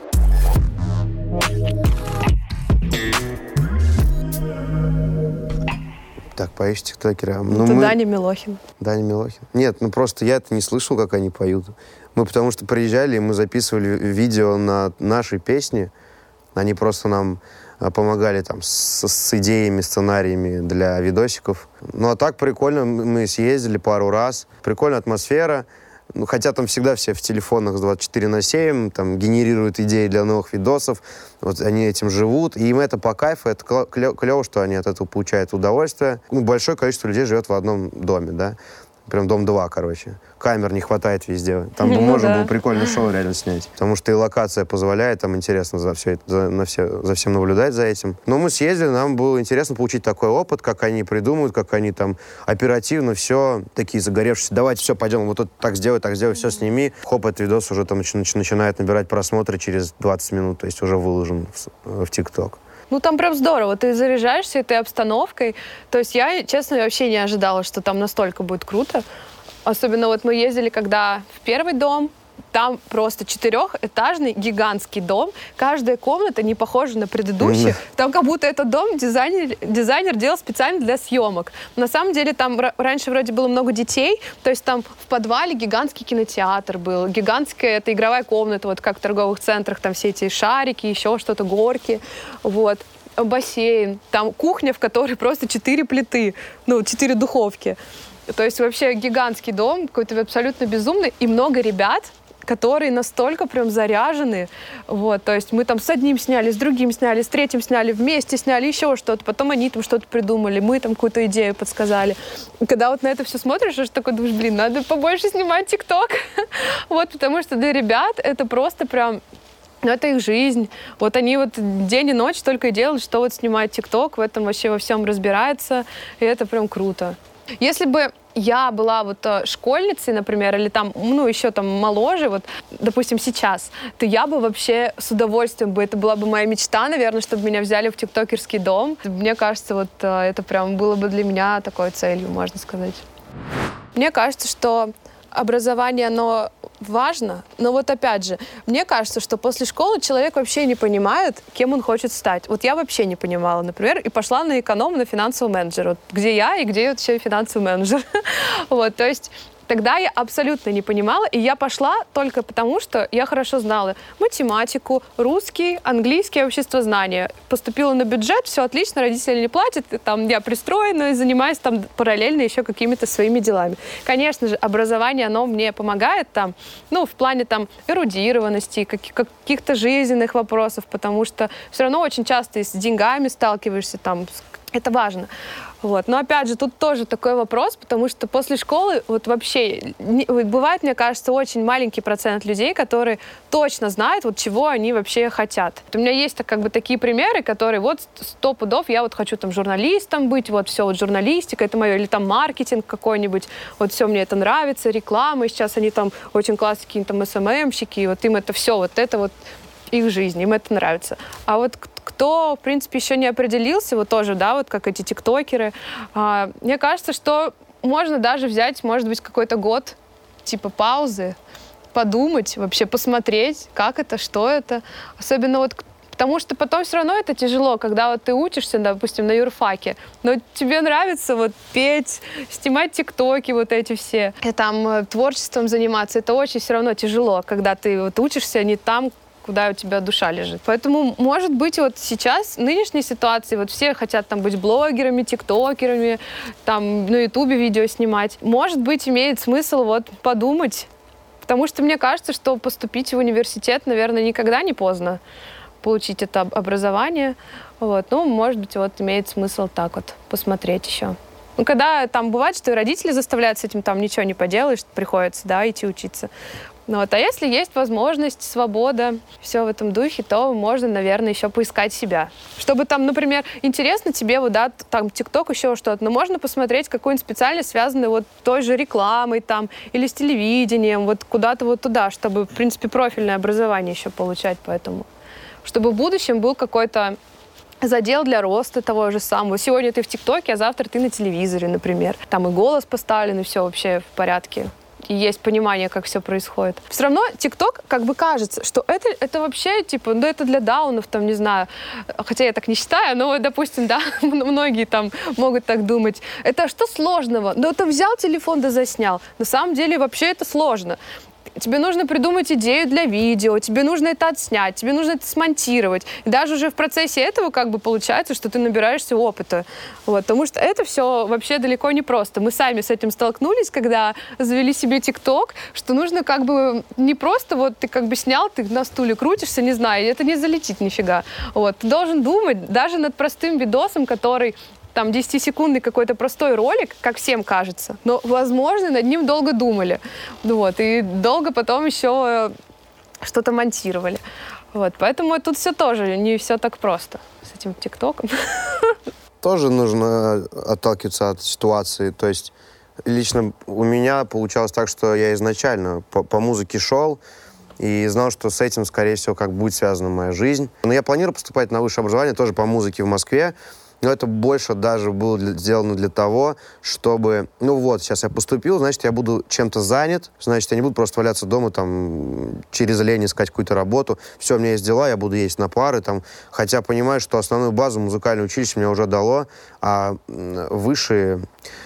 Так, поешь тиктокера. Ну, это Даня Милохин. Даня Милохин. Нет, ну просто я это не слышал, как они поют. Мы потому что приезжали, и мы записывали видео на наши песни. Они просто нам помогали там с идеями, сценариями для видосиков. Ну, а так прикольно. Мы съездили пару раз. Прикольная атмосфера. Ну, хотя там всегда все в телефонах с 24/7, там генерируют идеи для новых видосов. Вот они этим живут. И им это по кайфу. Это клево, что они от этого получают удовольствие. Ну, большое количество людей живет в одном доме, да. Прям дом 2, короче. Камер не хватает везде. Там можно было прикольное шоу реально снять. Потому что и локация позволяет, там интересно за всем наблюдать за этим. Но мы съездили, нам было интересно получить такой опыт, как они придумывают, как они там оперативно все, такие загоревшиеся. Давайте все, пойдем, вот тут так сделай, все сними. Хоп, этот видос уже там начинает набирать просмотры через 20 минут, то есть уже выложен в ТикТок. Ну, там прям здорово. Ты заряжаешься этой обстановкой. То есть я, честно, вообще не ожидала, что там настолько будет круто. Особенно вот мы ездили, когда в первый дом. Там просто 4-этажный гигантский дом. Каждая комната не похожа на предыдущую. Там как будто этот дом дизайнер делал специально для съемок. На самом деле там раньше вроде было много детей. То есть там в подвале гигантский кинотеатр был. Гигантская это игровая комната, вот как в торговых центрах. Там все эти шарики, еще что-то, горки. Вот. Бассейн. Там кухня, в которой просто 4 плиты. Ну, 4 духовки. То есть вообще гигантский дом, какой-то абсолютно безумный. И много ребят, которые настолько прям заряжены. Вот, то есть мы там с одним сняли, с другим сняли, с третьим сняли, вместе сняли еще что-то. Потом они там что-то придумали, мы там какую-то идею подсказали. И когда вот на это все смотришь, уже такой думаешь, блин, надо побольше снимать ТикТок. Вот, потому что для ребят это просто прям... Ну, это их жизнь. Вот они вот день и ночь только и делают, что вот снимают ТикТок, в этом вообще во всем разбираются. И это прям круто. Если бы я была вот школьницей, например, или там, ну, еще там моложе, вот, допустим, сейчас, то я бы вообще с удовольствием бы, это была бы моя мечта, наверное, чтобы меня взяли в тиктокерский дом. Мне кажется, вот это прям было бы для меня такой целью, можно сказать. Мне кажется, что образование, оно важно, но вот опять же, мне кажется, что после школы человек вообще не понимает, кем он хочет стать. Вот я вообще не понимала, например, и пошла на эконом, на финансовый менеджер, вот, где я и где вообще финансовый менеджер. Вот, то есть Тогда я абсолютно не понимала, и я пошла только потому, что я хорошо знала математику, русский, английский, обществознание. Поступила на бюджет, все отлично, родители не платят, и, там я пристроена и занимаюсь там параллельно еще какими-то своими делами. Конечно же, образование, оно мне помогает там, ну, в плане там эрудированности, каких-то жизненных вопросов, потому что все равно очень часто и с деньгами сталкиваешься, там, это важно. Вот. Но опять же, тут тоже такой вопрос, потому что после школы вот вообще бывает, мне кажется, очень маленький процент людей, которые точно знают, вот чего они вообще хотят. У меня есть как бы такие примеры, которые вот 100 пудов, я вот хочу там журналистом быть, вот все, вот журналистика, это мое, или там маркетинг какой-нибудь, вот все, мне это нравится, реклама, и сейчас они там очень классные какие-то там СММщики, и вот им это все, вот это вот их жизнь, им это нравится. А вот кто, в принципе, еще не определился, вот тоже, да, вот как эти тиктокеры, мне кажется, что можно даже взять, может быть, какой-то год, типа паузы, подумать, вообще посмотреть, как это, что это. Особенно вот потому что потом все равно это тяжело, когда вот ты учишься, допустим, на юрфаке, но тебе нравится вот петь, снимать тиктоки вот эти все, и там творчеством заниматься, это очень все равно тяжело, когда ты вот учишься не там, куда у тебя душа лежит. Поэтому, может быть, вот сейчас, в нынешней ситуации, вот все хотят там быть блогерами, тиктокерами, там на ютубе видео снимать. Может быть, имеет смысл вот подумать, потому что мне кажется, что поступить в университет, наверное, никогда не поздно получить это образование. Вот. Ну, может быть, вот имеет смысл так вот посмотреть еще. Ну, когда там бывает, что и родители заставляют с этим, там ничего не поделаешь, приходится, да, идти учиться. Ну, вот. А если есть возможность, свобода, все в этом духе, то можно, наверное, еще поискать себя. Чтобы там, например, интересно тебе, вот, да, там, ТикТок, еще что-то, но можно посмотреть какую-нибудь специальность, связанную вот той же рекламой там, или с телевидением, вот куда-то вот туда, чтобы, в принципе, профильное образование еще получать поэтому. Чтобы в будущем был какой-то задел для роста того же самого. Сегодня ты в ТикТоке, а завтра ты на телевизоре, например. Там и голос поставлен, и все вообще в порядке. И есть понимание, как все происходит. Все равно ТикТок, как бы кажется, что это вообще, типа, ну это для даунов, там, не знаю. Хотя я так не считаю, но, допустим, да, многие там могут так думать. Это что сложного? Да ты взял телефон да заснял. На самом деле вообще это сложно. Тебе нужно придумать идею для видео, тебе нужно это отснять, тебе нужно это смонтировать. И даже уже в процессе этого как бы получается, что ты набираешься опыта. Вот, потому что это все вообще далеко не просто. Мы сами с этим столкнулись, когда завели себе ТикТок, что нужно как бы не просто вот ты как бы снял, ты на стуле крутишься, не знаю, и это не залетит нифига. Вот, ты должен думать даже над простым видосом, который там 10-секундный какой-то простой ролик, как всем кажется, но, возможно, над ним долго думали, вот, и долго потом еще что-то монтировали. Вот, поэтому тут все тоже не все так просто с этим ТикТоком. Тоже нужно отталкиваться от ситуации, то есть лично у меня получалось так, что я изначально по музыке шел, и знал, что с этим, скорее всего, как будет связана моя жизнь. Но я планирую поступать на высшее образование тоже по музыке в Москве. Но это больше даже было сделано для того, чтобы... Ну вот, сейчас я поступил, значит, я буду чем-то занят, значит, я не буду просто валяться дома, там, через лень искать какую-то работу. Все, у меня есть дела, я буду ездить на пары, там, хотя понимаю, что основную базу музыкальное училище мне уже дало, а высшие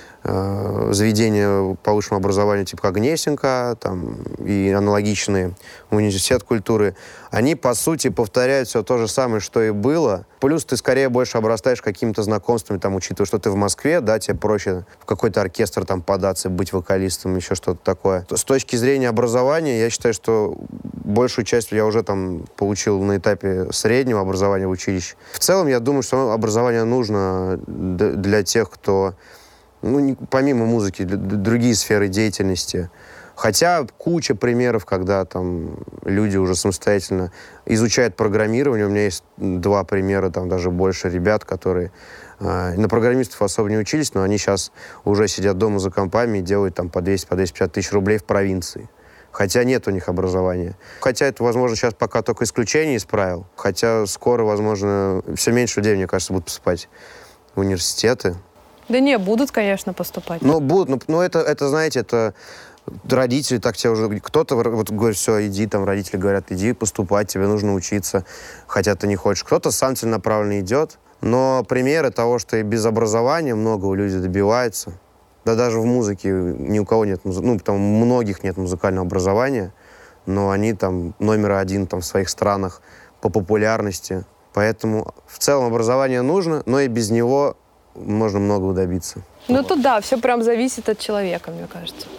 заведения по высшему образованию, типа как Гнесинка, там, и аналогичные, университет культуры, они, по сути, повторяют все то же самое, что и было. Плюс ты скорее больше обрастаешь какими-то знакомствами, там, учитывая, что ты в Москве, да, тебе проще в какой-то оркестр там податься, быть вокалистом, еще что-то такое. С точки зрения образования, я считаю, что большую часть я уже там получил на этапе среднего образования в училище. В целом, я думаю, что образование нужно для тех, кто... Ну, помимо музыки, другие сферы деятельности. Хотя куча примеров, когда там люди уже самостоятельно изучают программирование. У меня есть 2 примера, там даже больше ребят, которые на программистов особо не учились, но они сейчас уже сидят дома за компами и делают там по 200-250 тысяч рублей в провинции. Хотя нет у них образования. Хотя это, возможно, сейчас пока только исключение из правил. Хотя скоро, возможно, все меньше людей, мне кажется, будут поступать в университеты. Да не, будут, конечно, поступать. Ну, будут, но это, знаете, это родители так тебе уже... Кто-то вот говорит, все, иди, там, родители говорят, иди поступать, тебе нужно учиться, хотя ты не хочешь. Кто-то сам целенаправленно идет, но примеры того, что и без образования много у людей добиваются, Да даже в музыке ни у кого нет, там у многих нет музыкального образования, но они там номер один там, в своих странах по популярности. Поэтому в целом образование нужно, но и без него можно многого добиться. Ну тут да, все прям зависит от человека, мне кажется.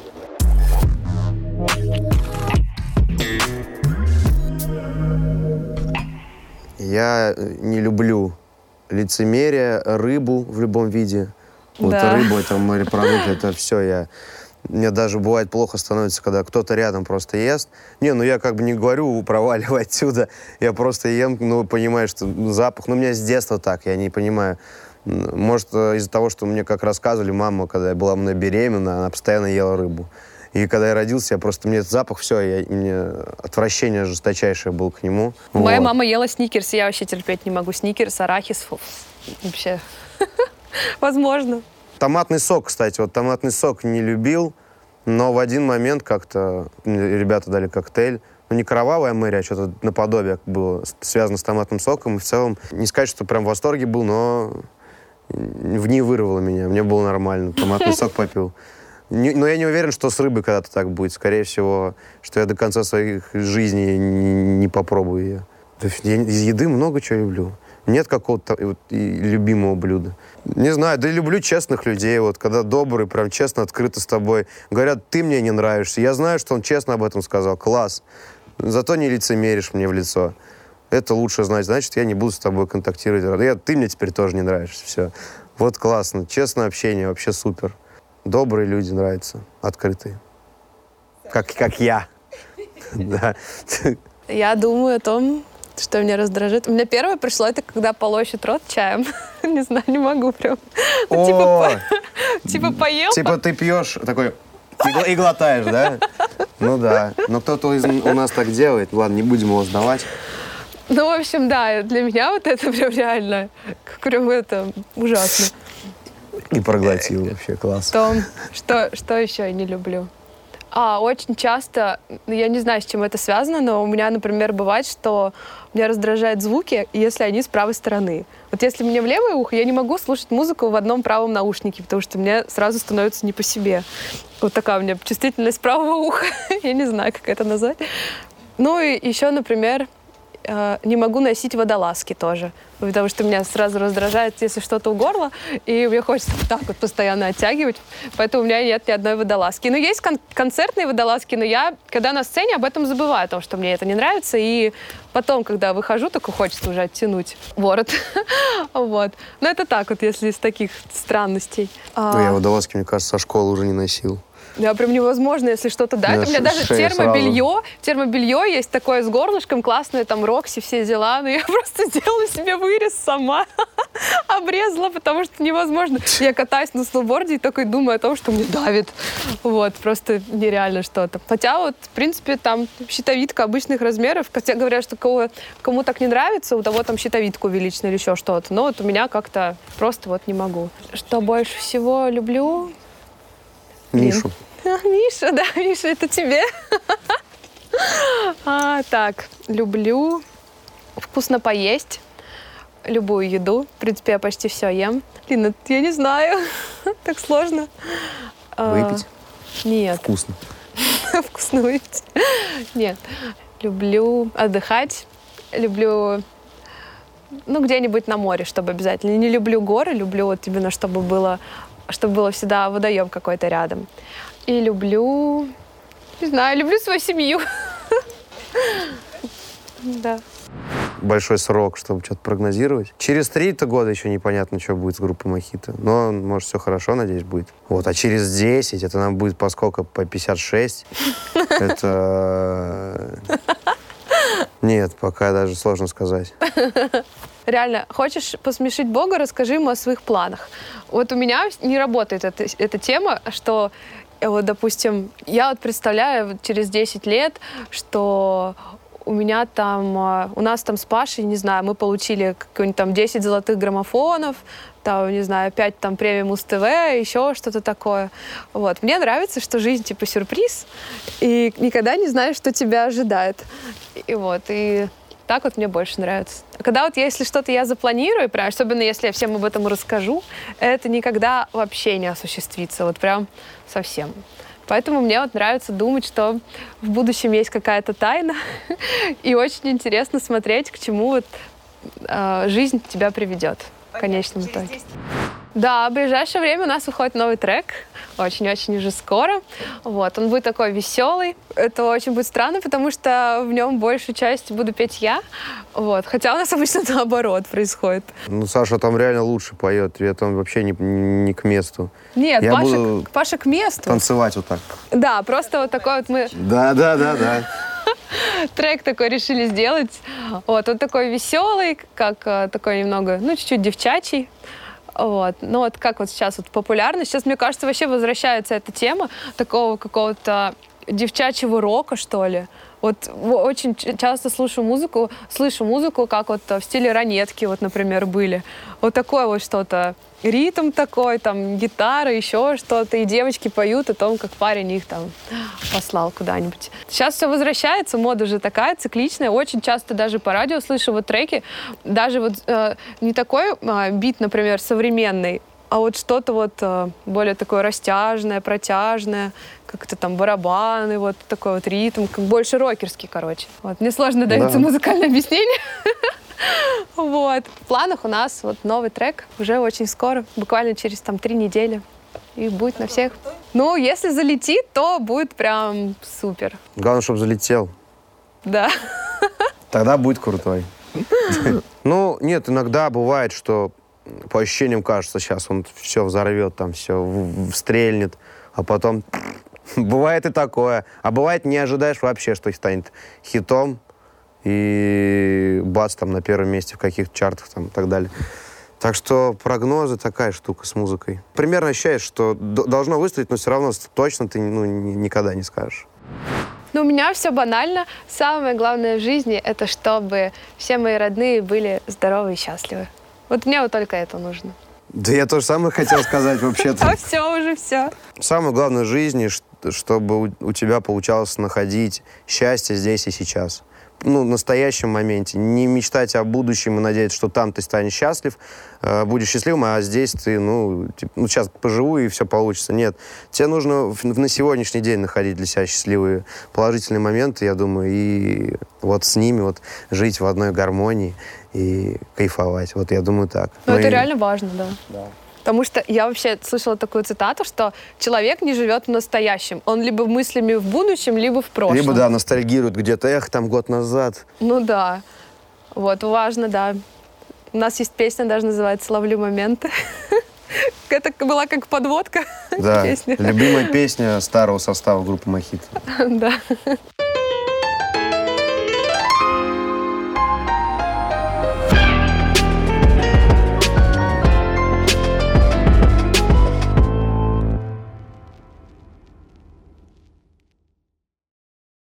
Я не люблю лицемерие, рыбу в любом виде. Вот Да. рыба, это морепродукт, это все. Мне даже бывает плохо становится, когда кто-то рядом просто ест. Я как бы не говорю, проваливай отсюда. Я просто ем, понимаю, что запах. У меня с детства так, я не понимаю. Может, из-за того, что мне, как рассказывали, мама, когда я была беременна, она постоянно ела рыбу. И когда я родился, мне этот запах, мне отвращение жесточайшее было к нему. Моя мама ела сникерс, я вообще терпеть не могу. Сникерс, арахис, вообще. Возможно. Томатный сок, кстати, томатный сок не любил, но в один момент как-то ребята дали коктейль. Не кровавая Мэри, а что-то наподобие было связано с томатным соком. И в целом, не сказать, что прям в восторге был, но в ней вырвало меня. Мне было нормально. Томатный сок попил. Но я не уверен, что с рыбой когда-то так будет. Скорее всего, что я до конца своей жизни не попробую ее. Я из еды много чего люблю. Нет какого-то любимого блюда. Не знаю, да и люблю честных людей. Когда добрый, прям честно, открыто с тобой. Говорят, ты мне не нравишься. Я знаю, что он честно об этом сказал. Класс. Зато не лицемеришь мне в лицо. Это лучше знать. Значит, я не буду с тобой контактировать. Ты мне теперь тоже не нравишься. Все. Классно. Честное общение. Вообще супер. Добрые люди нравятся. Открытые. Как я. Да. Я думаю о том, что меня раздражает. У меня первое пришло, это когда полощет рот чаем. Не знаю, не могу прям. Типа поел. Типа ты пьешь такой и глотаешь, да? Ну да. Но кто-то у нас так делает. Ладно, не будем его сдавать. В общем, да, для меня это прям реально, прям это ужасно. И проглотил вообще, класс. Что еще я не люблю? Очень часто, я не знаю, с чем это связано, но у меня, например, бывает, что меня раздражают звуки, если они с правой стороны. Если мне в левое ухо, я не могу слушать музыку в одном правом наушнике, потому что мне сразу становится не по себе. Такая у меня чувствительность правого уха. Я не знаю, как это назвать. Ну и еще, например, не могу носить водолазки тоже, потому что меня сразу раздражает, если что-то у горла, и мне хочется так постоянно оттягивать, поэтому у меня нет ни одной водолазки. Есть концертные водолазки, но я, когда на сцене, об этом забываю, о том, что мне это не нравится, и потом, когда выхожу, только хочется уже оттянуть ворот. Но это так если из таких странностей. Я водолазки, мне кажется, со школы уже не носил. Да, прям невозможно, если что-то дать. У меня даже термобелье есть такое с горлышком, классное, там Рокси, все дела. Но я просто сделала себе вырез сама, обрезала, потому что невозможно. Я катаюсь на сноуборде и только думаю о том, что мне давит. Просто нереально что-то. Хотя в принципе, там щитовидка обычных размеров. Хотя говорят, что кому так не нравится, у того там щитовидку увеличена или еще что-то. Но у меня как-то просто не могу. Что больше всего люблю? Мишу. Миша, да, Миша, это тебе. Так, люблю вкусно поесть, любую еду. В принципе, я почти все ем. Я не знаю, так сложно. Выпить? Нет. Вкусно. Вкусно выпить? Нет. Люблю отдыхать, люблю где-нибудь на море, чтобы обязательно. Не люблю горы, люблю именно, чтобы было всегда водоем какой-то рядом. И люблю свою семью. Да. Большой срок, чтобы что-то прогнозировать. Через 3 года еще непонятно, что будет с группой Мохито. Но, может, все хорошо, надеюсь, будет. А через 10 это нам будет по сколько? По 56. Это... Нет, пока даже сложно сказать. Реально, хочешь посмешить Бога, расскажи ему о своих планах. У меня не работает эта тема, что, допустим, я представляю через 10 лет, что у нас там с Пашей, не знаю, мы получили какой-нибудь там 10 золотых граммофонов, там, не знаю, 5 там премий Муз-ТВ, еще что-то такое. Мне нравится, что жизнь типа сюрприз, и никогда не знаешь, что тебя ожидает. И так вот мне больше нравится. А когда вот если что-то я запланирую, прям, особенно если я всем об этом расскажу, это никогда вообще не осуществится, вот прям совсем. Поэтому мне вот нравится думать, что в будущем есть какая-то тайна, и очень интересно смотреть, к чему вот жизнь тебя приведет в конечном итоге. Да, в ближайшее время у нас выходит новый трек, очень-очень уже скоро. Вот, он будет такой веселый. Это очень будет странно, потому что в нем большую часть буду петь я. Вот, хотя у нас обычно наоборот происходит. Ну, Саша там реально лучше поет, тебе там вообще не к месту. Нет, Паша к месту. Танцевать вот так. Да, просто вот такой вот мы... Да. Трек такой решили сделать. Вот, он такой веселый, как такой немного, ну, чуть-чуть девчачий. Вот. Ну вот как вот сейчас вот популярно. Сейчас, мне кажется, вообще возвращается эта тема такого какого-то девчачьего рока, что ли. Вот очень часто слышу музыку, как вот в стиле ранетки, вот, например, были. Вот такое вот что-то. Ритм такой, там, гитара, еще что-то. И девочки поют о том, как парень их там послал куда-нибудь. Сейчас все возвращается, мода же такая цикличная. Очень часто даже по радио слышу вот треки. Даже вот не такой бит, например, современный, а вот что-то вот более такое растяжное, протяжное, как-то там барабаны, вот такой вот ритм, как больше рокерский, короче. Вот. Мне сложно дается музыкальное объяснение. Вот. В планах у нас вот новый трек уже очень скоро, буквально через там 3 недели. И будет на всех. Ну, если залетит, то будет прям супер. Главное, чтобы залетел. Да. Тогда будет крутой. Ну, нет, иногда бывает, что по ощущениям кажется, сейчас он все взорвет, там все стрельнет, а потом бывает и такое. А бывает, не ожидаешь вообще, что станет хитом, и бац, там на первом месте в каких-то чартах там, и так далее. Так что прогнозы такая штука с музыкой. Примерно ощущаешь, что должно выстрелить, но все равно точно ты никогда не скажешь. Ну, у меня все банально. Самое главное в жизни — это чтобы все мои родные были здоровы и счастливы. Вот мне вот только это нужно. Да я тоже самое хотел сказать вообще-то. А все уже, все. Самое главное в жизни, чтобы у тебя получалось находить счастье здесь и сейчас. Ну, в настоящем моменте. Не мечтать о будущем и надеяться, что там ты станешь счастлив, будешь счастливым, а здесь ты, сейчас поживу и все получится. Нет. Тебе нужно на сегодняшний день находить для себя счастливые, положительные моменты, я думаю, и вот с ними вот жить в одной гармонии и кайфовать. Вот я думаю так. Ну, это реально важно, да. Потому что я вообще слышала такую цитату, что человек не живет в настоящем. Он либо мыслями в будущем, либо в прошлом. Либо, да, ностальгирует где-то, там год назад. Ну да. Вот, важно, да. У нас есть песня, даже называется «Ловлю моменты». Это была как подводка. Да, любимая песня старого состава группы «Мохито». Да.